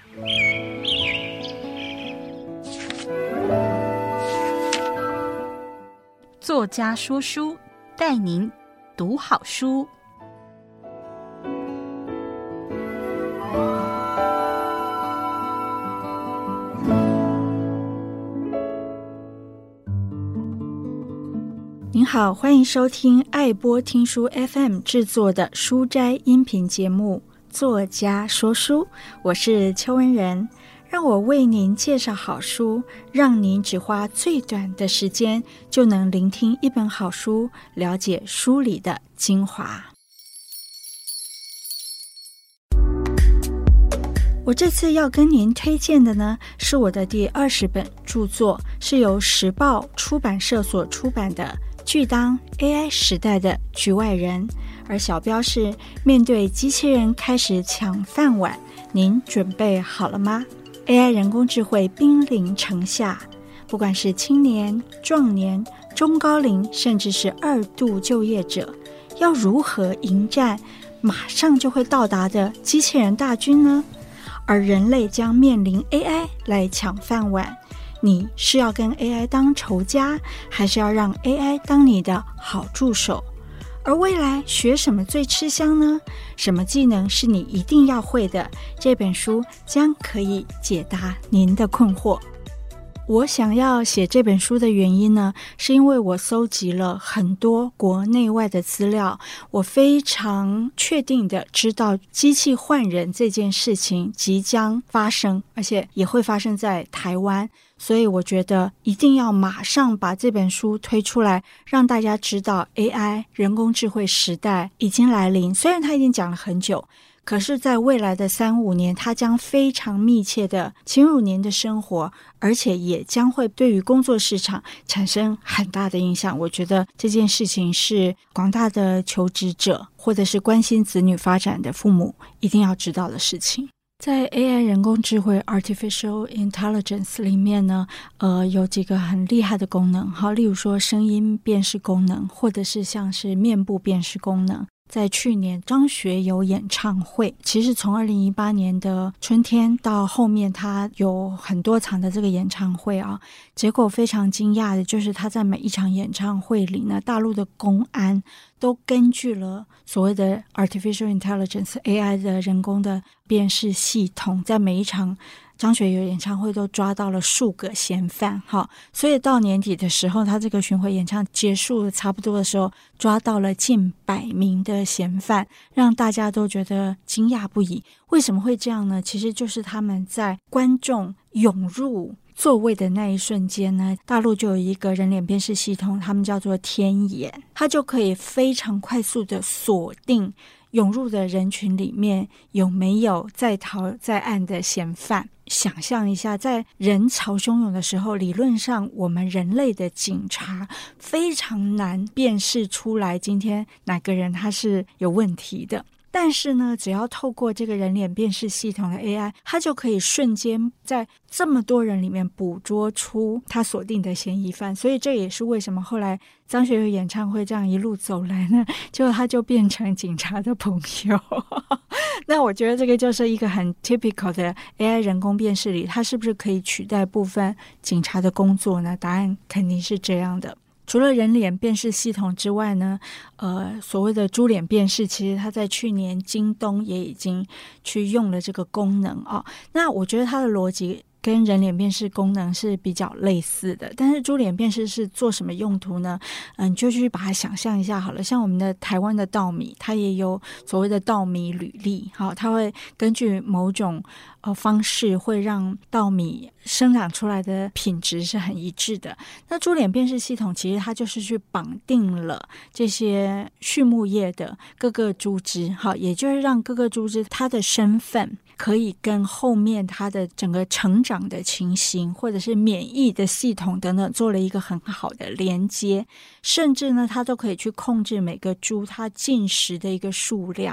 作家说书，带您读好书。您好，欢迎收听爱播听书 FM 制作的书斋音频节目《作家说书》，我是邱文仁。让我为您介绍好书，让您只花最短的时间就能聆听一本好书，了解书里的精华。我这次要跟您推荐的呢，是我的第20本著作，是由时报出版社所出版的《拒当 AI 时代的局外人》，而小标是面对机器人开始抢饭碗，您准备好了吗？ AI 人工智慧兵临城下，不管是青年、壮年、中高龄，甚至是2度就业者，要如何迎战马上就会到达的机器人大军呢？而人类将面临 AI 来抢饭碗，你是要跟 AI 当仇家，还是要让 AI 当你的好助手？而未来学什么最吃香呢？什么技能是你一定要会的？这本书将可以解答您的困惑。我想要写这本书的原因呢，是因为我搜集了很多国内外的资料，我非常确定的知道机器换人这件事情即将发生，而且也会发生在台湾，所以我觉得一定要马上把这本书推出来，让大家知道 AI 人工智慧时代已经来临。虽然它已经讲了很久，可是在未来的3-5年，它将非常密切的侵入您的生活，而且也将会对于工作市场产生很大的影响。我觉得这件事情是广大的求职者或者是关心子女发展的父母一定要知道的事情。在 AI 人工智慧 Artificial Intelligence 里面呢，有几个很厉害的功能，好，例如说声音辨识功能，或者是像是面部辨识功能。在去年张学友演唱会，其实从2018年的春天到后面，他有很多场的这个演唱会啊，结果非常惊讶的就是他在每一场演唱会里呢，大陆的公安都根据了所谓的 Artificial Intelligence AI 的人工的辨识系统，在每一场张学友演唱会都抓到了数个嫌犯，所以到年底的时候，他这个巡回演唱结束的差不多的时候，抓到了近100名的嫌犯，让大家都觉得惊讶不已。为什么会这样呢？其实就是他们在观众涌入座位的那一瞬间呢，大陆就有一个人脸辨识系统，他们叫做天眼，它就可以非常快速的锁定涌入的人群里面有没有在逃在案的嫌犯。想象一下，在人潮汹涌的时候，理论上我们人类的警察非常难辨识出来今天哪个人他是有问题的。但是呢，只要透过这个人脸辨识系统的 AI， 它就可以瞬间在这么多人里面捕捉出他锁定的嫌疑犯。所以这也是为什么后来张学友演唱会这样一路走来呢，结果他就变成警察的朋友那我觉得这个就是一个很 typical 的 AI 人工辨识里，它是不是可以取代部分警察的工作呢？答案肯定是这样的。除了人脸辨识系统之外呢，所谓的猪脸辨识，其实它在去年京东也已经去用了这个功能哦。那我觉得它的逻辑跟人脸辨识功能是比较类似的，但是猪脸辨识是做什么用途呢？你就去把它想象一下好了，像我们的台湾的稻米，它也有所谓的稻米履历，好，它会根据某种方式会让稻米生长出来的品质是很一致的。那猪脸辨识系统其实它就是去绑定了这些畜牧业的各个猪只，好，也就是让各个猪只它的身份可以跟后面它的整个成长的情形或者是免疫的系统等等做了一个很好的连接，甚至呢它都可以去控制每个猪它进食的一个数量，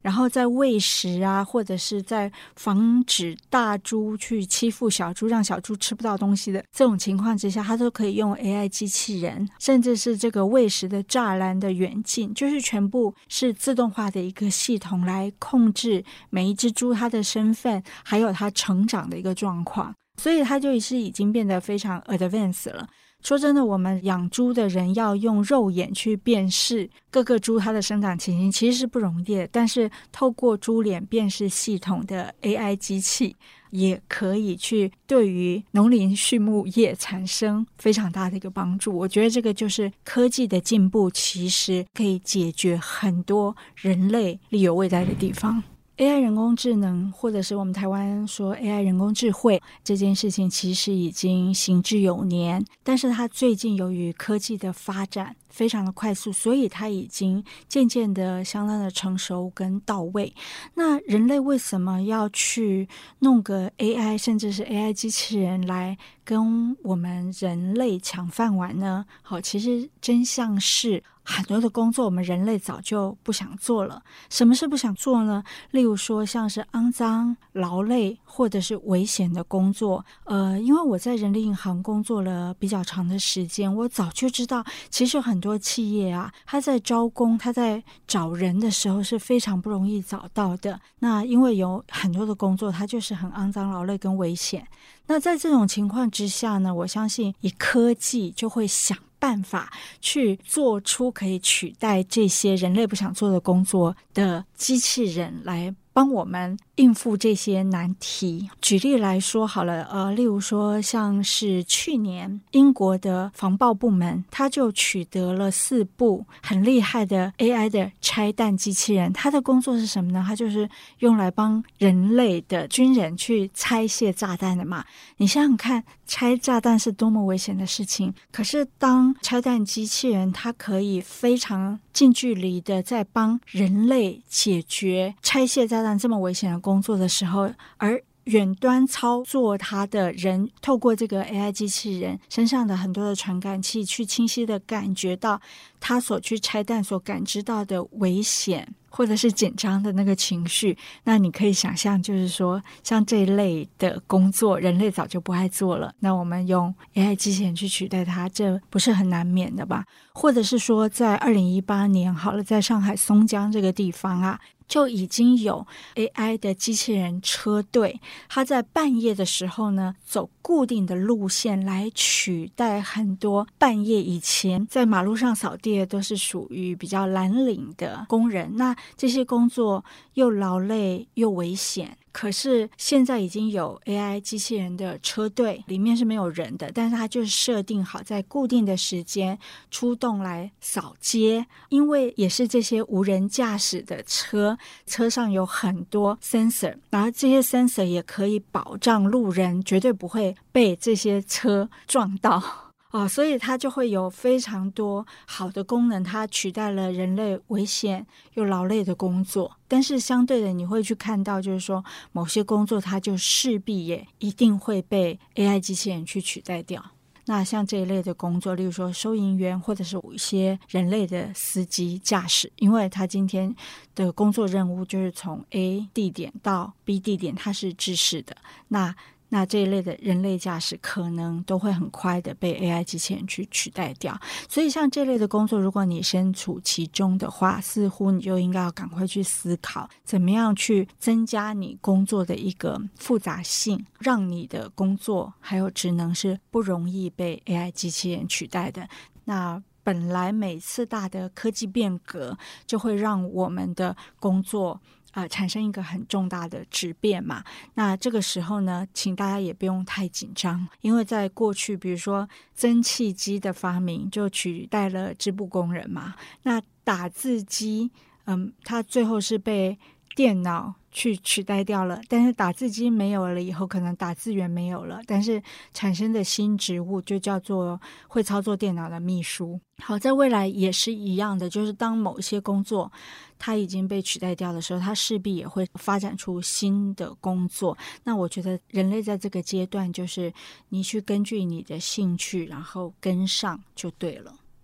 然后在喂食啊，或者是在防止大猪去欺负小猪，让小猪吃不到东西的这种情况之下，它都可以用 AI 机器人，甚至是这个喂食的栅栏的远近，就是全部是自动化的一个系统来控制每一只猪它的身份，还有它成长的一个状况，所以它就是已经变得非常 advanced 了。说真的，我们养猪的人要用肉眼去辨识各个猪它的生长情形其实是不容易的，但是透过猪脸辨识系统的 AI 机器也可以去对于农林畜牧业产生非常大的一个帮助。我觉得这个就是科技的进步，其实可以解决很多人类力有未逮的地方。AI 人工智能，或者是我们台湾说 AI 人工智慧这件事情，其实已经行之有年，但是它最近由于科技的发展非常的快速，所以它已经渐渐的相当的成熟跟到位。那人类为什么要去弄个 AI 甚至是 AI 机器人来跟我们人类抢饭碗呢？好，其实真相是很多的工作我们人类早就不想做了。什么是不想做呢？例如说像是肮脏、劳累或者是危险的工作。因为我在人力银行工作了比较长的时间，我早就知道其实很多企业啊，他在招工，他在找人的时候是非常不容易找到的。那因为有很多的工作它就是很肮脏、劳累跟危险。那在这种情况之下呢，我相信以科技就会想办法去做出可以取代这些人类不想做的工作的机器人来帮我们应付这些难题。举例来说好了，例如说像是去年英国的防暴部门，它就取得了4部很厉害的 AI 的拆弹机器人。它的工作是什么呢？它就是用来帮人类的军人去拆卸炸弹的嘛。你想想看，拆炸弹是多么危险的事情，可是当拆弹机器人它可以非常近距离的在帮人类解决拆卸炸弹这么危险的工作的时候，而远端操作它的人透过这个 AI 机器人身上的很多的传感器去清晰的感觉到他所去拆弹所感知到的危险或者是紧张的那个情绪。那你可以想象，就是说像这一类的工作人类早就不爱做了，那我们用 AI 机器人去取代它，这不是很难免的吧？或者是说在2018年好了，在上海松江这个地方啊，就已经有 AI 的机器人车队，它在半夜的时候呢，走固定的路线来取代很多半夜以前在马路上扫地的都是属于比较蓝领的工人。那这些工作又劳累又危险，可是现在已经有 AI 机器人的车队，里面是没有人的，但是它就是设定好在固定的时间出动来扫街。因为也是这些无人驾驶的车，车上有很多 sensor， 然后这些 sensor 也可以保障路人绝对不会被这些车撞到。所以它就会有非常多好的功能，它取代了人类危险又劳累的工作。但是相对的，你会去看到就是说某些工作它就势必也一定会被 AI 机器人去取代掉。那像这一类的工作，例如说收银员或者是一些人类的司机驾驶，因为他今天的工作任务就是从 A 地点到 B 地点，它是制式的，那这一类的人类驾驶可能都会很快的被 AI 机器人去取代掉。所以像这类的工作，如果你身处其中的话，似乎你就应该要赶快去思考怎么样去增加你工作的一个复杂性，让你的工作还有职能是不容易被 AI 机器人取代的。那本来每次大的科技变革就会让我们的工作产生一个很重大的质变嘛。那这个时候呢，请大家也不用太紧张，因为在过去比如说蒸汽机的发明就取代了织布工人嘛。那打字机它最后是被电脑去取代掉了，但是打字机没有了以后，可能打字员没有了，但是产生的新职务就叫做会操作电脑的秘书。好，在未来也是一样的，就是当某一些工作它已经被取代掉的时候，它势必也会发展出新的工作。那我觉得人类在这个阶段，就是你去根据你的兴趣然后跟上就对了。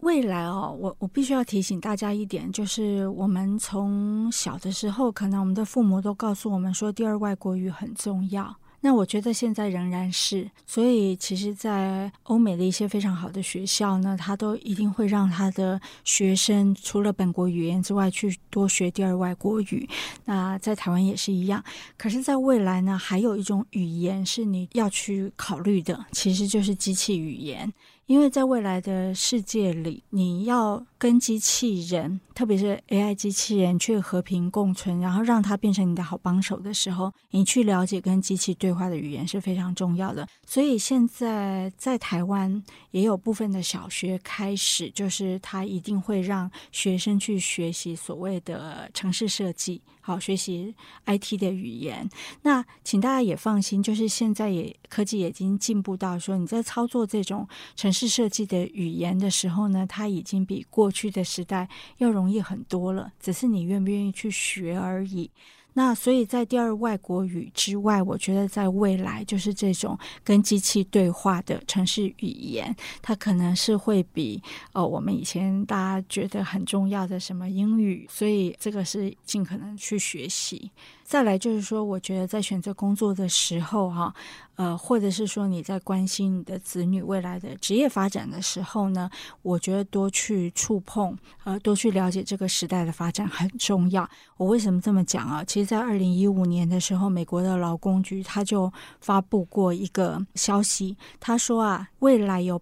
未来我必须要提醒大家一点，就是我们从小的时候，可能我们的父母都告诉我们说第二外国语很重要。那我觉得现在仍然是，所以其实在欧美的一些非常好的学校呢，他都一定会让他的学生除了本国语言之外去多学第二外国语。那在台湾也是一样，可是在未来呢，还有一种语言是你要去考虑的，其实就是机器语言。因为在未来的世界里，你要跟机器人，特别是 AI 机器人去和平共存，然后让它变成你的好帮手的时候，你去了解跟机器对话的语言是非常重要的。所以现在在台湾也有部分的小学开始，就是它一定会让学生去学习所谓的程式设计，好，学习 IT 的语言。那请大家也放心，就是现在科技也已经进步到说，你在操作这种程式设计的语言的时候呢，它已经比过去的时代要容易很多了，只是你愿不愿意去学而已。那所以在第二外国语之外，我觉得在未来就是这种跟机器对话的程式语言，它可能是会比我们以前大家觉得很重要的什么英语，所以这个是尽可能去学习。再来就是说，我觉得在选择工作的时候或者是说你在关心你的子女未来的职业发展的时候呢，我觉得多去触碰多去了解这个时代的发展很重要。我为什么这么讲啊？其实在2015年的时候，美国的劳工局他就发布过一个消息，他说未来有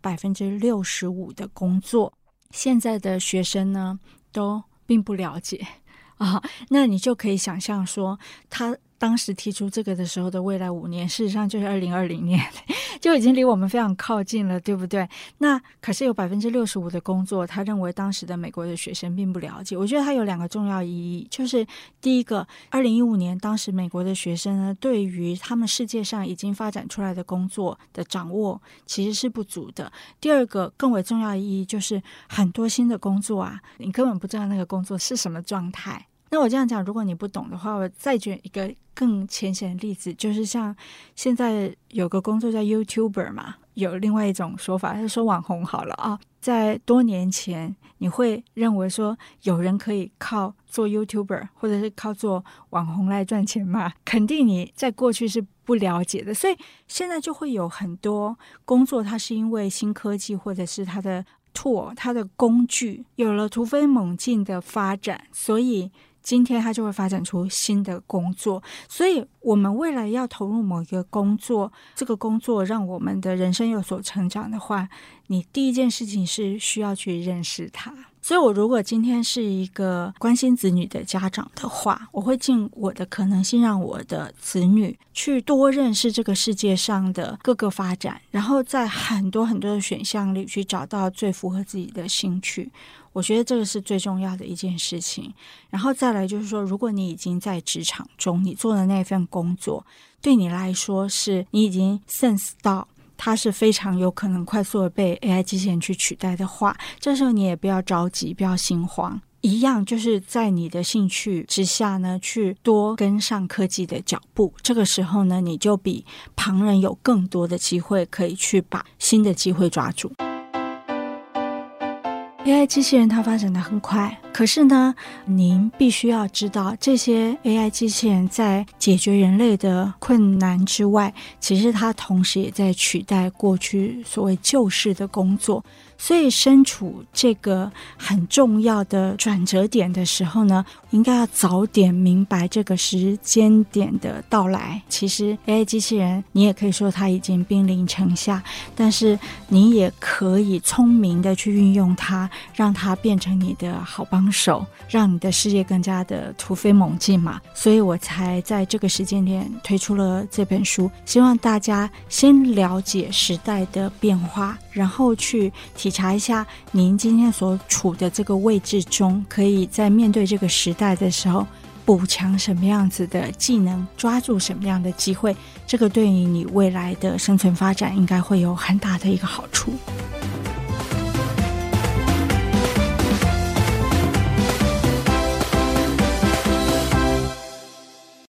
65% 的工作现在的学生呢都并不了解那你就可以想象说，他当时提出这个的时候的未来5年，事实上就是2020年，就已经离我们非常靠近了，对不对？那可是有 65% 的工作，他认为当时的美国的学生并不了解。我觉得它有2个重要意义，就是第一个，2015年当时美国的学生呢，对于他们世界上已经发展出来的工作的掌握其实是不足的。第二个更为重要的意义，就是很多新的工作你根本不知道那个工作是什么状态。那我这样讲，如果你不懂的话，我再举一个更浅显的例子，就是像现在有个工作叫 YouTuber 嘛，有另外一种说法是说网红好了在多年前你会认为说有人可以靠做 YouTuber 或者是靠做网红来赚钱吗？肯定你在过去是不了解的。所以现在就会有很多工作，它是因为新科技或者是它的 tool 它的工具有了突飞猛进的发展，所以今天它就会发展出新的工作。所以我们未来要投入某一个工作，这个工作让我们的人生有所成长的话，你第一件事情是需要去认识它。所以我如果今天是一个关心子女的家长的话，我会尽我的可能性让我的子女去多认识这个世界上的各个发展，然后在很多很多的选项里去找到最符合自己的兴趣。我觉得这个是最重要的一件事情。然后再来就是说，如果你已经在职场中，你做的那份工作对你来说是你已经 sense 到它是非常有可能快速的被 AI 机器人去取代的话，这时候你也不要着急，不要心慌，一样就是在你的兴趣之下呢，去多跟上科技的脚步。这个时候呢，你就比旁人有更多的机会可以去把新的机会抓住。AI 机器人它发展得很快，可是呢，您必须要知道，这些 AI 机器人在解决人类的困难之外，其实它同时也在取代过去所谓旧式的工作。所以身处这个很重要的转折点的时候呢，应该要早点明白这个时间点的到来。其实 AI 机器人你也可以说它已经兵临城下，但是你也可以聪明的去运用它，让它变成你的好帮手，让你的事业更加的突飞猛进嘛。所以我才在这个时间点推出了这本书，希望大家先了解时代的变化，然后去体察一下您今天所处的这个位置中，可以在面对这个时代的时候补强什么样子的技能，抓住什么样的机会，这个对于你未来的生存发展应该会有很大的一个好处。